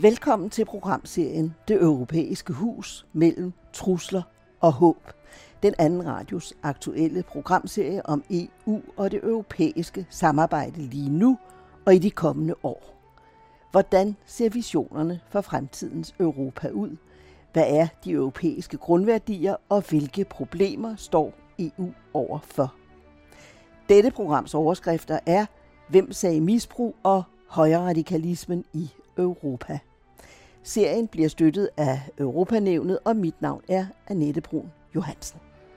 Velkommen til programserien Det Europæiske Hus mellem trusler og håb. Den anden radios aktuelle programserie om EU og det europæiske samarbejde lige nu og i de kommende år. Hvordan ser visionerne for fremtidens Europa ud? Hvad er de europæiske grundværdier, og hvilke problemer står EU overfor? Dette programs overskrifter er: Hvem sagde misbrug og højreradikalismen i Europa? Serien bliver støttet af Europanævnet, og mit navn er Annette Brun Johansen.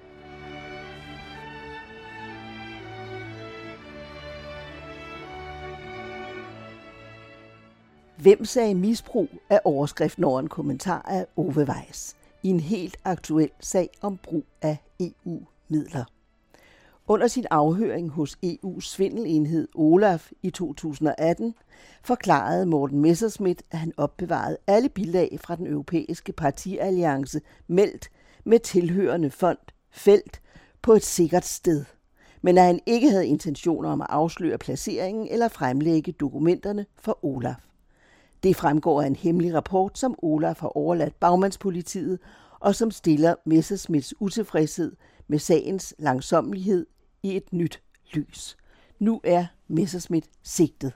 Hvem sagde misbrug er overskriften over en kommentar af Ove Weiss i en helt aktuel sag om brug af EU-midler. Under sin afhøring hos EU's svindelenhed OLAF i 2018 forklarede Morten Messerschmidt, at han opbevarede alle bilag fra den europæiske partialliance Meldt med tilhørende fond Felt på et sikkert sted, men at han ikke havde intentioner om at afsløre placeringen eller fremlægge dokumenterne for OLAF. Det fremgår af en hemmelig rapport, som OLAF har overladt bagmandspolitiet, og som stiller Messerschmidts utilfredshed med sagens langsommelighed i et nyt lys. Nu er Messerschmidt sigtet.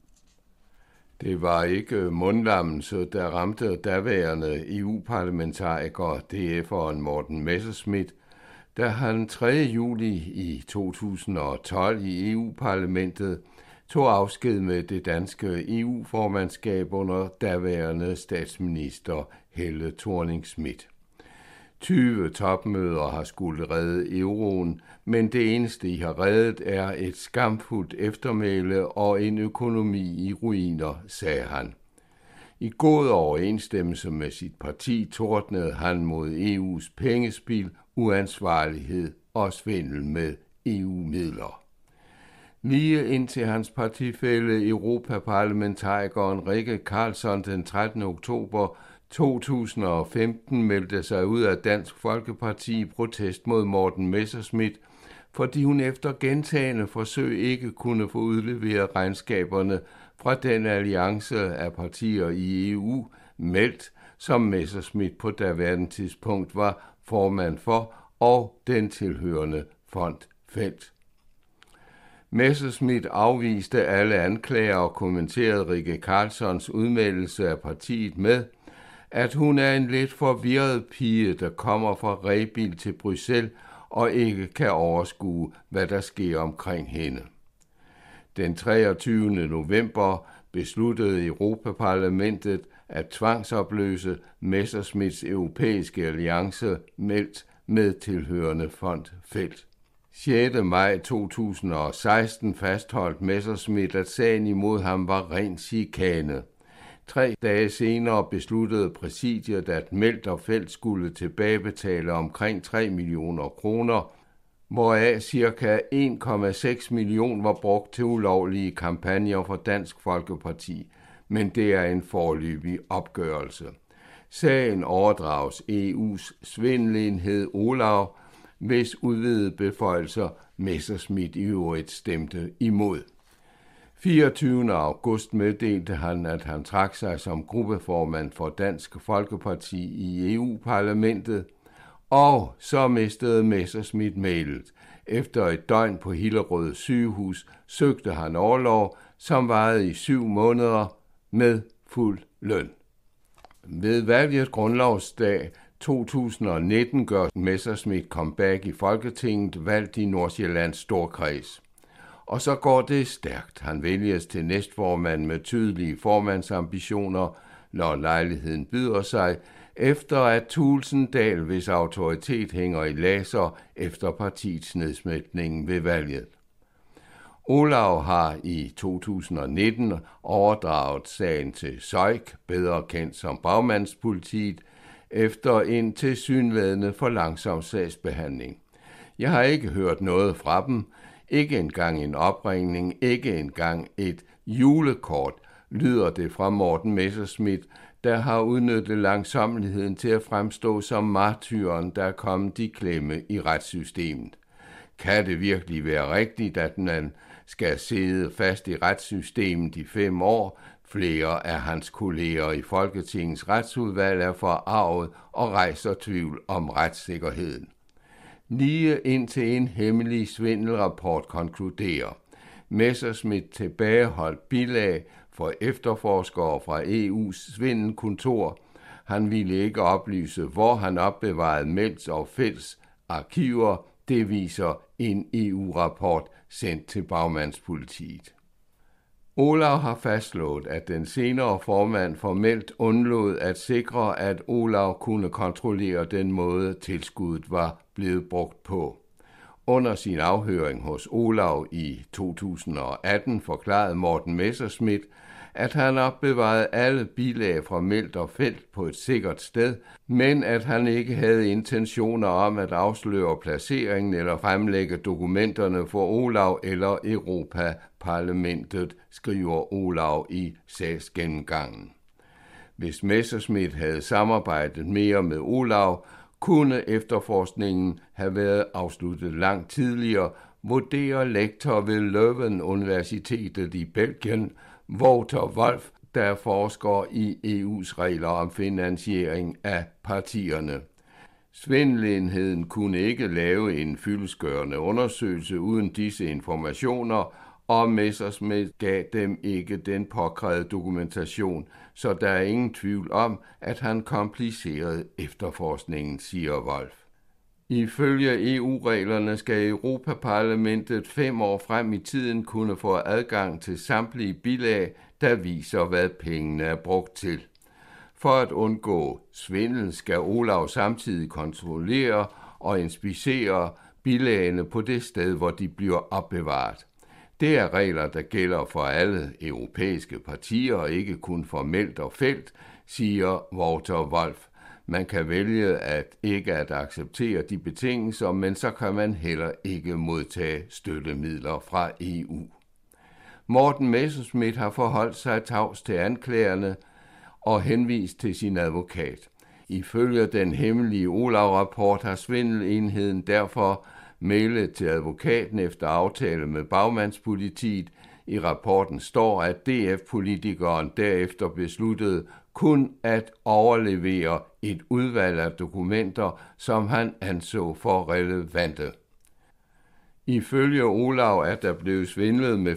Det var ikke mundlammelse, der ramte daværende EU-parlamentariker DF'eren Morten Messerschmidt, da han 3. juli i 2012 i EU-parlamentet tog afsked med det danske EU-formandskab under daværende statsminister Helle Thorning-Schmidt. 20 topmøder har skulle redde euroen, men det eneste, I har reddet, er et skamfuldt eftermæle og en økonomi i ruiner, sagde han. I god overensstemmelse med sit parti tordnede han mod EU's pengespil, uansvarlighed og svindel med EU-midler. Lige indtil hans partifælle Europaparlamentarikeren Rikke Karlsson den 13. oktober 2015 meldte sig ud af Dansk Folkeparti i protest mod Morten Messerschmidt, fordi hun efter gentagne forsøg ikke kunne få udleveret regnskaberne fra den alliance af partier i EU, Meldt, som Messerschmidt på daværende tidspunkt var formand for, og den tilhørende fond Felt. Messerschmidt afviste alle anklager og kommenterede Rikke Karlssons udmeldelse af partiet med, at hun er en lidt forvirret pige, der kommer fra Rebild til Bruxelles og ikke kan overskue, hvad der sker omkring hende. Den 23. november besluttede Europaparlamentet at tvangsopløse Messerschmidts europæiske alliance Meldt med tilhørende fond Felt. 6. maj 2016 fastholdt Messerschmidt, at sagen imod ham var ren chikane. 3 dage senere besluttede præsidiet, at Meldt og Felt skulle tilbagebetale omkring 3 millioner kroner, hvoraf ca. 1,6 millioner var brugt til ulovlige kampagner for Dansk Folkeparti, men det er en foreløbig opgørelse. Sagen overdrages EU's svindelenhed OLAF, hvis udvidede beføjelser Messerschmidt i øvrigt stemte imod. 24. august meddelte han, at han trak sig som gruppeformand for Dansk Folkeparti i EU-parlamentet, og så mistede Messerschmidt mailet. Efter et døgn på Hillerød sygehus søgte han orlov, som varede i 7 måneder med fuld løn. Ved valget grundlovsdag 2019 gør Messerschmidt comeback i Folketinget, valgt i Nordsjællands Storkreds. Og så går det stærkt. Han vælges til næstformand med tydelige formandsambitioner, når lejligheden byder sig, efter at Tulsendal, hvis autoritet hænger i laser efter partiets nedsmætning ved valget. Olav har i 2019 overdraget sagen til Søjk, bedre kendt som bagmandspolitiet, efter en tilsyneladende for langsom sagsbehandling. Jeg har ikke hørt noget fra dem, ikke engang en opringning, ikke engang et julekort, lyder det fra Morten Messerschmidt, der har udnyttet langsommeligheden til at fremstå som martyren, der er kommet i klemme i retssystemet. Kan det virkelig være rigtigt, at man skal sidde fast i retssystemet i 5 år, Flere af hans kolleger i Folketingets retsudvalg er forarvet og rejser tvivl om retssikkerheden. Lige indtil en hemmelig svindelrapport konkluderer. Messerschmidt tilbageholdt bilag for efterforskere fra EU's svindelkontor. Han ville ikke oplyse, hvor han opbevarede Meltz og Fels arkiver. Det viser en EU-rapport sendt til bagmandspolitiet. Olav har fastslået, at den senere formand formelt undlod at sikre, at Olav kunne kontrollere den måde, tilskuddet var blevet brugt på. Under sin afhøring hos Olav i 2018 forklarede Morten Messerschmidt, at han opbevarede alle bilag fra Meldt og Felt på et sikkert sted, men at han ikke havde intentioner om at afsløre placeringen eller fremlægge dokumenterne for Olav eller Europaparlamentet, skriver Olav i sagsgennemgangen. Hvis Messerschmidt havde samarbejdet mere med Olav, kunne efterforskningen have været afsluttet langt tidligere, vurderer lektor ved Leuven-universitetet i Belgien, Wouter Wolf, der forsker i EU's regler om finansiering af partierne. Svindelenheden kunne ikke lave en fyldestgørende undersøgelse uden disse informationer, og Messerschmidt gav dem ikke den påkrævede dokumentation, så der er ingen tvivl om, at han komplicerede efterforskningen, siger Wolf. Ifølge EU-reglerne skal Europaparlamentet 5 år frem i tiden kunne få adgang til samtlige bilag, der viser, hvad pengene er brugt til. For at undgå svindel skal Olav samtidig kontrollere og inspicere bilagene på det sted, hvor de bliver opbevaret. Det er regler, der gælder for alle europæiske partier og ikke kun for Meldt og Felt, siger Wouter Wolf. Man kan vælge at ikke at acceptere de betingelser, men så kan man heller ikke modtage støttemidler fra EU. Morten Messerschmidt har forholdt sig tavs til anklagerne og henvist til sin advokat. Ifølge den hemmelige Olav-rapport har svindelenheden derfor mailet til advokaten efter aftale med bagmandspolitiet. I rapporten står, at DF-politikeren derefter besluttede kun at overlevere et udvalg af dokumenter, som han anså for relevante. Ifølge Olav er der blevet svindlet med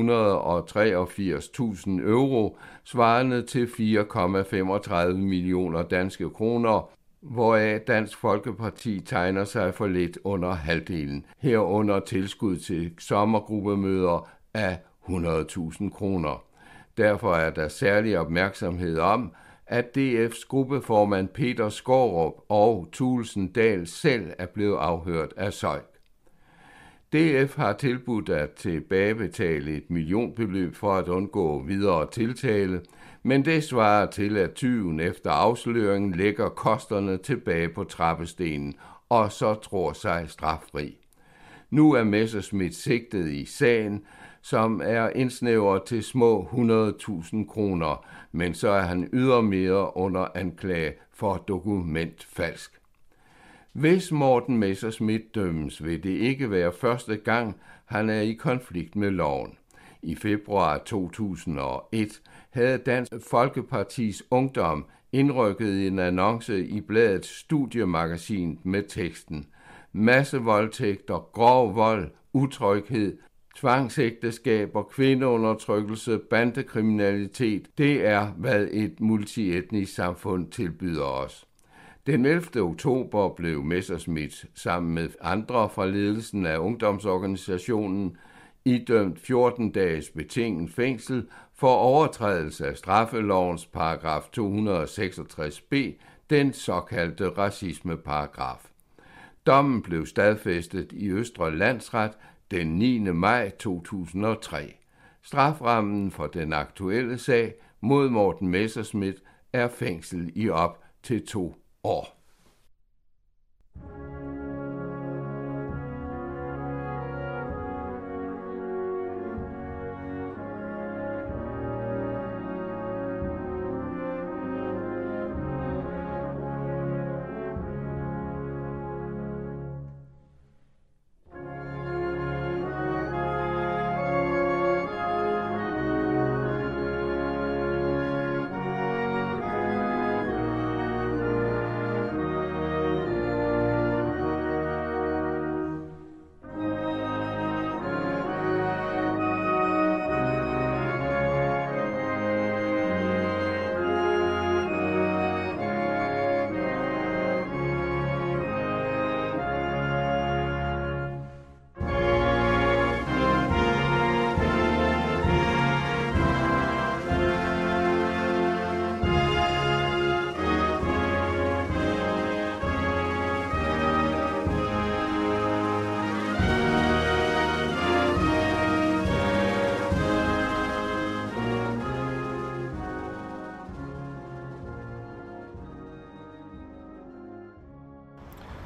583.000 euro, svarende til 4,35 millioner danske kroner, hvoraf Dansk Folkeparti tegner sig for lidt under halvdelen, herunder tilskud til sommergruppemøder af 100.000 kroner. Derfor er der særlig opmærksomhed om, at DF's gruppeformand Peter Skaarup og Thulesen Dahl selv er blevet afhørt af Zeug. DF har tilbudt at tilbagebetale et millionbeløb for at undgå videre tiltale, men det svarer til, at tyven efter afsløringen lægger kosterne tilbage på trappestenen og så tror sig straffri. Nu er Messerschmidt sigtet i sagen, som er indsnævret til små 100.000 kroner, men så er han ydermere under anklage for dokumentfalsk. Hvis Morten Messerschmidt dømmes, vil det ikke være første gang, han er i konflikt med loven. I februar 2001 havde Dansk Folkepartis Ungdom indrykket en annonce i bladet Studiemagasin med teksten: massevoldtægter, grov vold, utryghed, tvangsægteskaber, kvindeundertrykkelse, bandekriminalitet, det er, hvad et multietnisk samfund tilbyder os. Den 11. oktober blev Messerschmidt sammen med andre fra ledelsen af ungdomsorganisationen idømt 14 dages betinget fængsel for overtrædelse af straffelovens paragraf 266b, den såkaldte racismeparagraf. Dommen blev stadfæstet i Østre Landsret den 9. maj 2003. Straframmen for den aktuelle sag mod Morten Messerschmidt er fængsel i op til 2 år.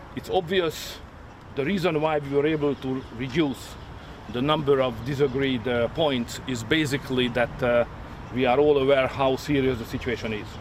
It's obvious the reason why we were able to reduce the number of disagreed points is basically that we are all aware how serious the situation is.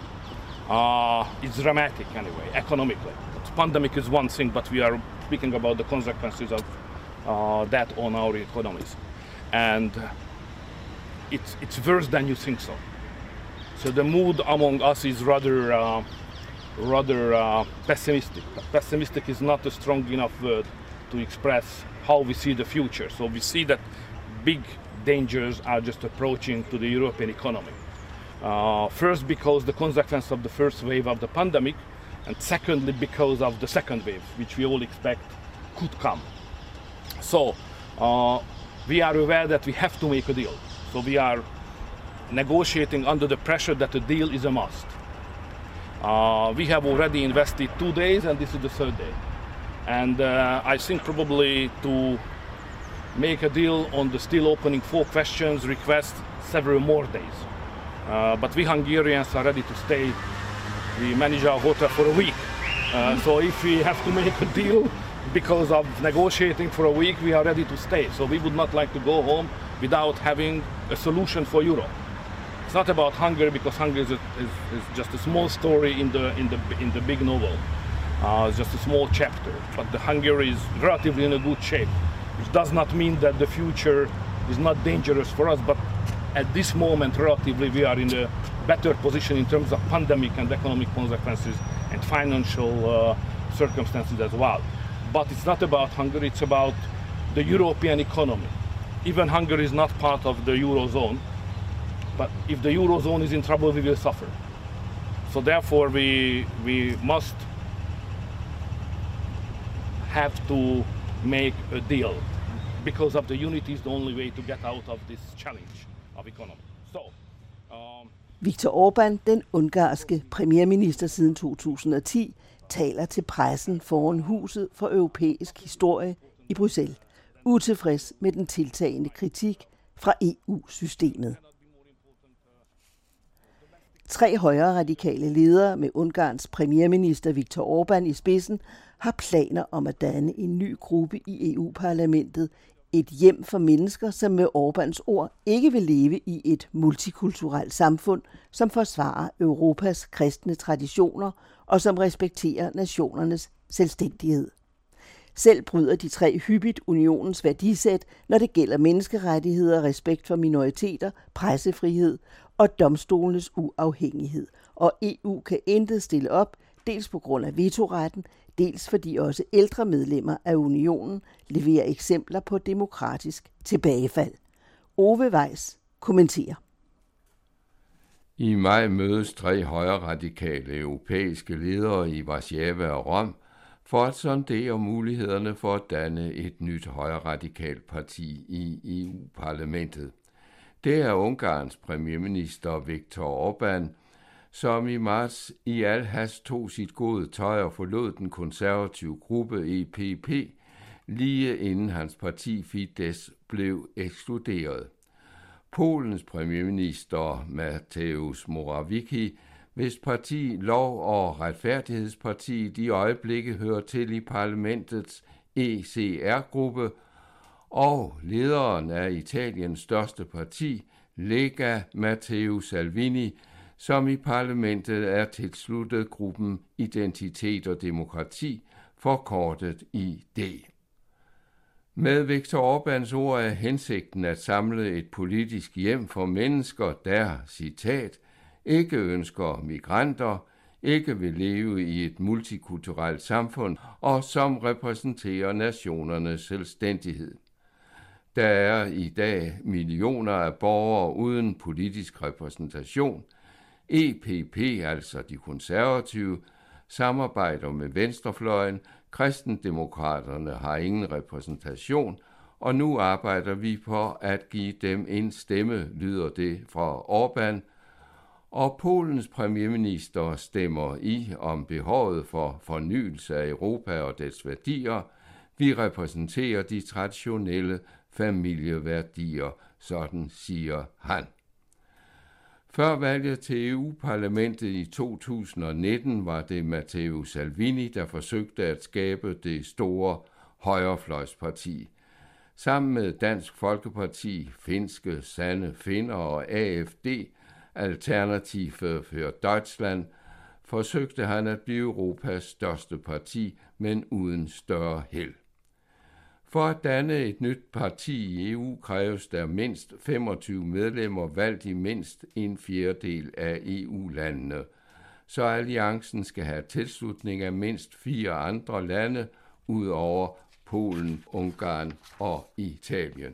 It's dramatic anyway, economically. The pandemic is one thing, but we are speaking about the consequences of that on our economies. And it's worse than you think so. So the mood among us is rather pessimistic. But pessimistic is not a strong enough word to express how we see the future. So we see that big dangers are just approaching to the European economy. First, because the consequence of the first wave of the pandemic, and secondly, because of the second wave, which we all expect could come. So we are aware that we have to make a deal. So we are negotiating under the pressure that a deal is a must. We have already invested 2 days, and this is the third day. And I think probably to make a deal on the still opening 4 questions request several more days. But we Hungarians are ready to stay. We manage our hotel for a week. So if we have to make a deal because of negotiating for a week, we are ready to stay. So we would not like to go home without having a solution for Europe. It's not about Hungary, because Hungary is just a small story in the big novel. It's just a small chapter. But the Hungary is relatively in a good shape, which does not mean that the future is not dangerous for us. But at this moment, relatively, we are in a better position in terms of pandemic and economic consequences and financial circumstances as well. But it's not about Hungary, it's about the European economy. Even Hungary is not part of the Eurozone, but if the Eurozone is in trouble, we will suffer. So therefore, we must have to make a deal, because of the unity is the only way to get out of this challenge of economy. So, Viktor Orbán, den ungarske premierminister siden 2010, taler til pressen foran Huset for Europæisk Historie i Bruxelles, utilfreds med den tiltagende kritik fra EU-systemet. 3 højreradikale ledere med Ungarns premierminister Viktor Orbán i spidsen har planer om at danne en ny gruppe i EU-parlamentet, et hjem for mennesker, som med Orbáns ord ikke vil leve i et multikulturelt samfund, som forsvarer Europas kristne traditioner og som respekterer nationernes selvstændighed. Selv bryder de 3 hyppigt unionens værdisæt, når det gælder menneskerettigheder, respekt for minoriteter, pressefrihed og domstolenes uafhængighed. Og EU kan intet stille op, dels på grund af vetoretten, dels fordi også ældre medlemmer af unionen leverer eksempler på demokratisk tilbagefald. Ove Weiss kommenterer. I maj mødes 3 højreradikale europæiske ledere i Warszawa og Rom for at sondere mulighederne for at danne et nyt højreradikalt parti i EU-parlamentet. Det er Ungarns premierminister Viktor Orbán, som i marts i al hast tog sit gode tøj og forlod den konservative gruppe EPP, lige inden hans parti Fidesz blev ekskluderet. Polens premierminister Mateusz Morawiecki, hvis parti Lov- og Retfærdighedspartiet i øjeblikket hører til i parlamentets ECR-gruppe, og lederen af Italiens største parti, Lega, Matteo Salvini, som i parlamentet er tilsluttet gruppen Identitet og Demokrati, forkortet ID. Med Viktor Orbáns ord er hensigten at samle et politisk hjem for mennesker, der, citat, ikke ønsker migranter, ikke vil leve i et multikulturelt samfund og som repræsenterer nationernes selvstændighed. Der er i dag millioner af borgere uden politisk repræsentation. EPP, altså de konservative, samarbejder med venstrefløjen, kristendemokraterne har ingen repræsentation, og nu arbejder vi på at give dem en stemme, lyder det fra Orbán, og Polens premierminister stemmer i om behovet for fornyelse af Europa og dets værdier. Vi repræsenterer de traditionelle familieværdier, sådan siger han. Før valget til EU-parlamentet i 2019 var det Matteo Salvini, der forsøgte at skabe det store højrefløjsparti. Sammen med Dansk Folkeparti, finske Sanne Finner og AFD, Alternative für Deutschland, forsøgte han at blive Europas største parti, men uden større held. For at danne et nyt parti i EU kræves der mindst 25 medlemmer valgt i mindst 1/4 af EU-landene, så alliancen skal have tilslutning af mindst 4 andre lande, udover Polen, Ungarn og Italien.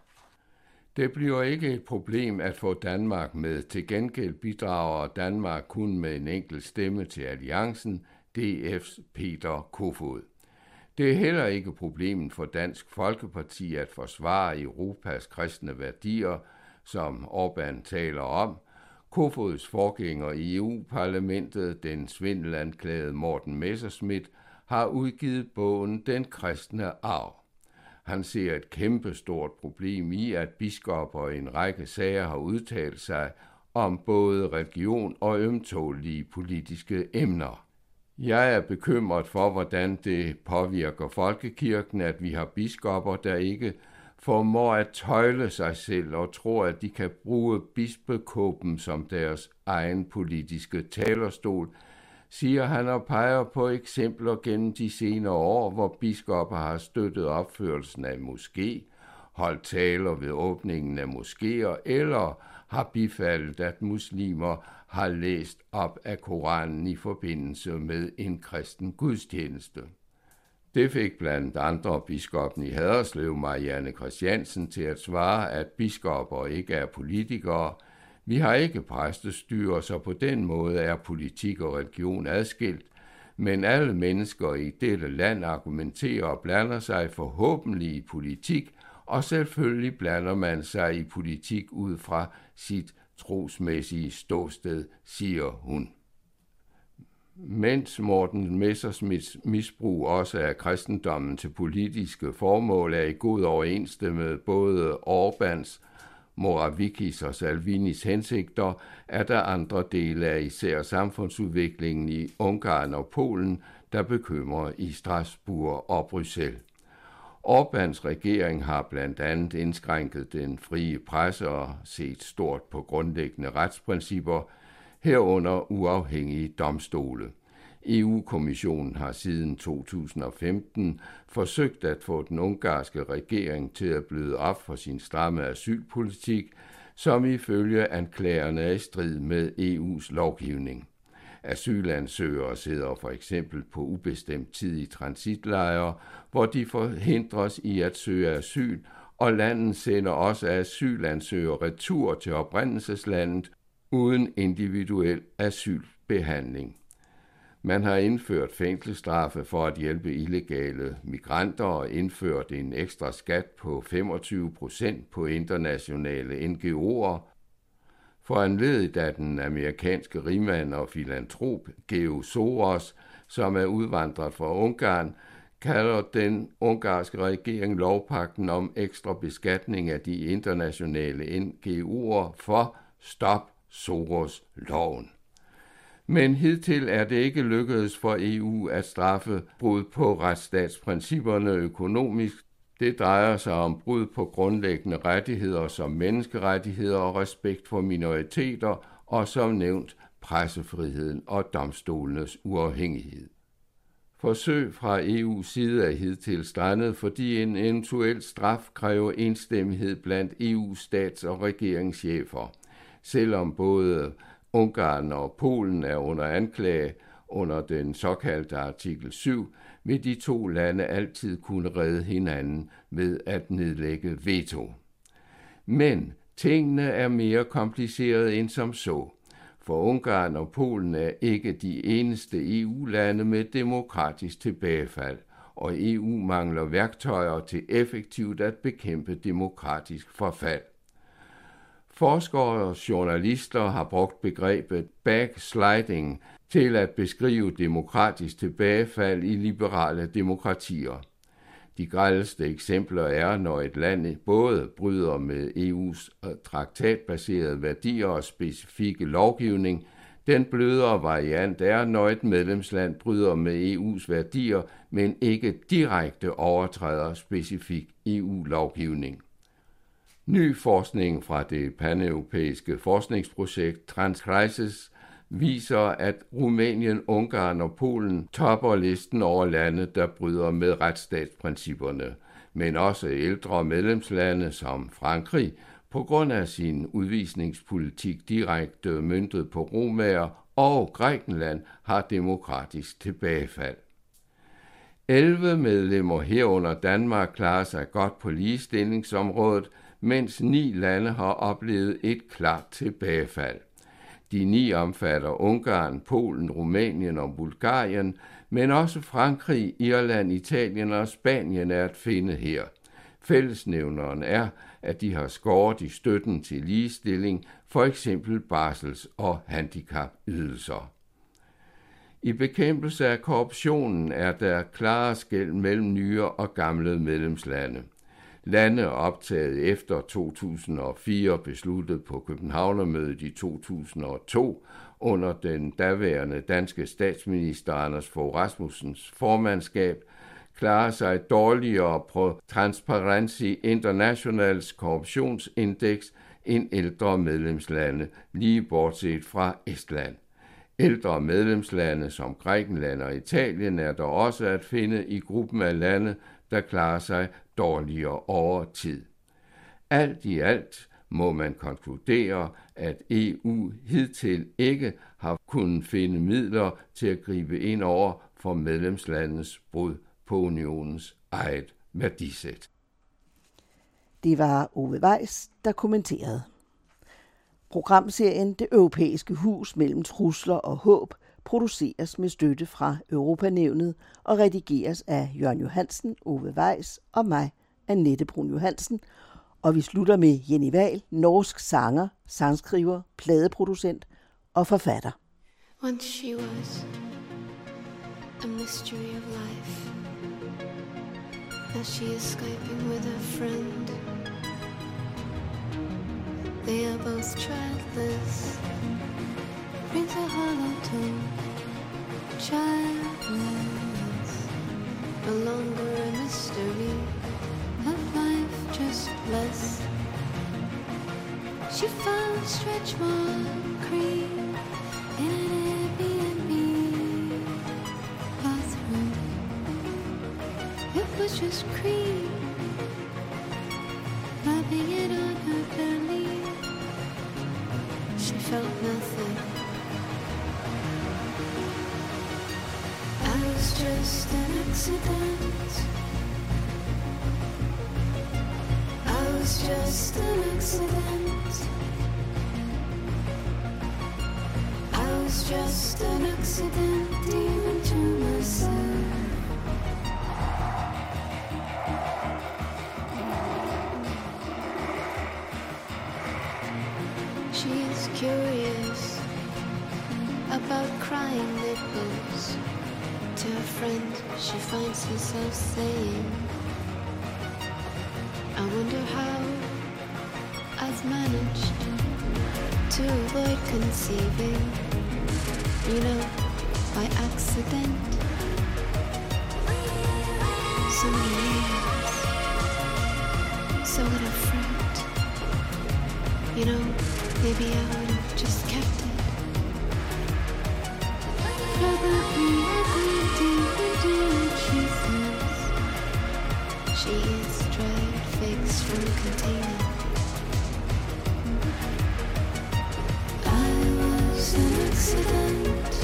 Det bliver ikke et problem at få Danmark med. Til gengæld bidrager Danmark kun med en enkelt stemme til alliancen, DF's Peter Kofod. Det er heller ikke problemet for Dansk Folkeparti at forsvare Europas kristne værdier, som Orbán taler om. Kofods forgænger i EU-parlamentet, den svindelanklagede Morten Messerschmidt, har udgivet bogen Den kristne arv. Han ser et kæmpestort problem i, at biskopper i en række sager har udtalt sig om både religion og ømtålige politiske emner. Jeg er bekymret for, hvordan det påvirker folkekirken, at vi har biskopper, der ikke formår at tøjle sig selv og tror, at de kan bruge bispekåben som deres egen politiske talerstol, siger han og peger på eksempler gennem de senere år, hvor biskopper har støttet opførelsen af moské, holdt taler ved åbningen af moskéer eller har bifaldet, at muslimer har læst op af Koranen i forbindelse med en kristen gudstjeneste. Det fik blandt andre biskoppen i Haderslev, Marianne Christiansen, til at svare, at biskopper ikke er politikere. Vi har ikke præstestyre, så på den måde er politik og religion adskilt, men alle mennesker i dette land argumenterer og blander sig forhåbentlig i politik, og selvfølgelig blander man sig i politik ud fra sit trosmæssige ståsted, siger hun. Mens Morten Messerschmidts misbrug også af kristendommen til politiske formål er i god overensstemmelse med både Orbáns, Morawiecki's og Salvinis hensigter, er der andre dele af især samfundsudviklingen i Ungarn og Polen, der bekymrer i Strasbourg og Bruxelles. Orbáns regering har blandt andet indskrænket den frie presse og set stort på grundlæggende retsprincipper, herunder uafhængige domstole. EU-kommissionen har siden 2015 forsøgt at få den ungarske regering til at bløde op for sin stramme asylpolitik, som ifølge anklagerne er i strid med EU's lovgivning. Asylansøgere sidder for eksempel på ubestemt tid i transitlejre, hvor de forhindres i at søge asyl, og landet sender også asylansøgere retur til oprindelseslandet uden individuel asylbehandling. Man har indført fængselsstraffe for at hjælpe illegale migranter og indført en ekstra skat på 25% på internationale NGO'er. Foranlediget af den amerikanske rigmand og filantrop Geo Soros, som er udvandret fra Ungarn, kalder den ungarske regering lovpagten om ekstra beskatning af de internationale NGO'er for Stop Soros-loven. Men hidtil er det ikke lykkedes for EU at straffe brud på retsstatsprincipperne økonomisk. Det drejer sig om brud på grundlæggende rettigheder som menneskerettigheder og respekt for minoriteter, og som nævnt pressefriheden og domstolenes uafhængighed. Forsøg fra EU's side er hidtil strandet, fordi en eventuel straf kræver enstemmighed blandt EU's stats- og regeringschefer. Selvom både Ungarn og Polen er under anklage under den såkaldte artikel 7, vil de to lande altid kunne redde hinanden ved at nedlægge veto. Men tingene er mere komplicerede end som så. For Ungarn og Polen er ikke de eneste EU-lande med demokratisk tilbagefald, og EU mangler værktøjer til effektivt at bekæmpe demokratisk forfald. Forskere og journalister har brugt begrebet backsliding til at beskrive demokratisk tilbagefald i liberale demokratier. De grelleste eksempler er, når et land både bryder med EU's traktatbaserede værdier og specifikke lovgivning. Den blødere variant er, når et medlemsland bryder med EU's værdier, men ikke direkte overtræder specifik EU-lovgivning. Ny forskning fra det paneuropæiske forskningsprojekt Transcrisis viser, at Rumænien, Ungarn og Polen topper listen over lande, der bryder med retsstatsprincipperne, men også ældre medlemslande som Frankrig, på grund af sin udvisningspolitik direkte møntet på romaer, og Grækenland har demokratisk tilbagefald. 11 medlemmer herunder Danmark klarer sig godt på ligestillingsområdet, mens 9 lande har oplevet et klart tilbagefald. De 9 omfatter Ungarn, Polen, Rumænien og Bulgarien, men også Frankrig, Irland, Italien og Spanien er at finde her. Fællesnævneren er, at de har skåret i støtten til ligestilling, for eksempel barsels- og handicapydelser. I bekæmpelse af korruptionen er der klare skel mellem nye og gamle medlemslande. Lande optaget efter 2004 besluttede på Københavnermødet i 2002 under den daværende danske statsminister Anders Fogh Rasmussens formandskab klarer sig dårligere på Transparency Internationals korruptionsindeks end ældre medlemslande, lige bortset fra Estland. Ældre medlemslande som Grækenland og Italien er der også at finde i gruppen af lande, der klarer sig dårligere over tid. Alt i alt må man konkludere, at EU hidtil ikke har kunnet finde midler til at gribe ind over for medlemslandets brud på unionens eget værdisæt. Det var Ove Weiss, der kommenterede. Programserien Det Europæiske Hus mellem trusler og håb produceres med støtte fra Europanævnet og redigeres af Jørgen Johansen, Ove Weiss og mig, Annette Brun Johansen, og vi slutter med Jenny Wahl, norsk sanger, sangskriver, pladeproducent og forfatter. Once she was a mystery of life. Now she is Skyping with a friend. They are both childless. Brings a hollow tone. Childless. No longer a mystery of life, just less. She found stretch mark cream in an Airbnb bathroom. It was just cream, rubbing it on her belly. She felt nothing. I was just an accident. I was just an accident. I was just an accident, even to myself. She is curious about crying nipples. To a friend she finds herself saying, I wonder how I've managed to avoid conceiving, you know, by accident. So many years, so would have fret, you know. Maybe I would have just kept it. Probably every day she says she is dried figs from a container. I was an accident.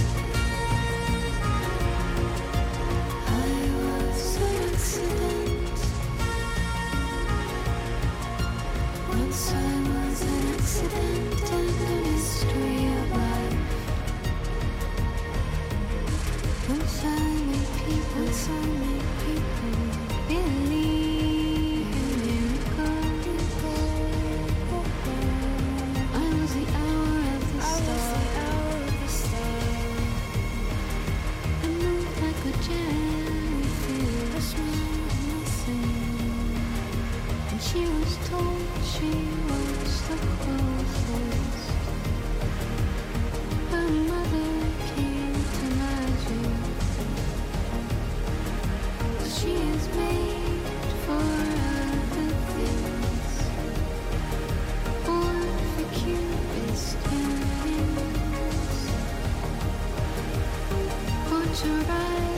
I was an accident. Once I was an accident. Once I made people believe in miracles. I was the hour of the star. I moved like a jellyfish. she was the closest her mother came to imagine. She is made for other things, or for cutest things, or to ride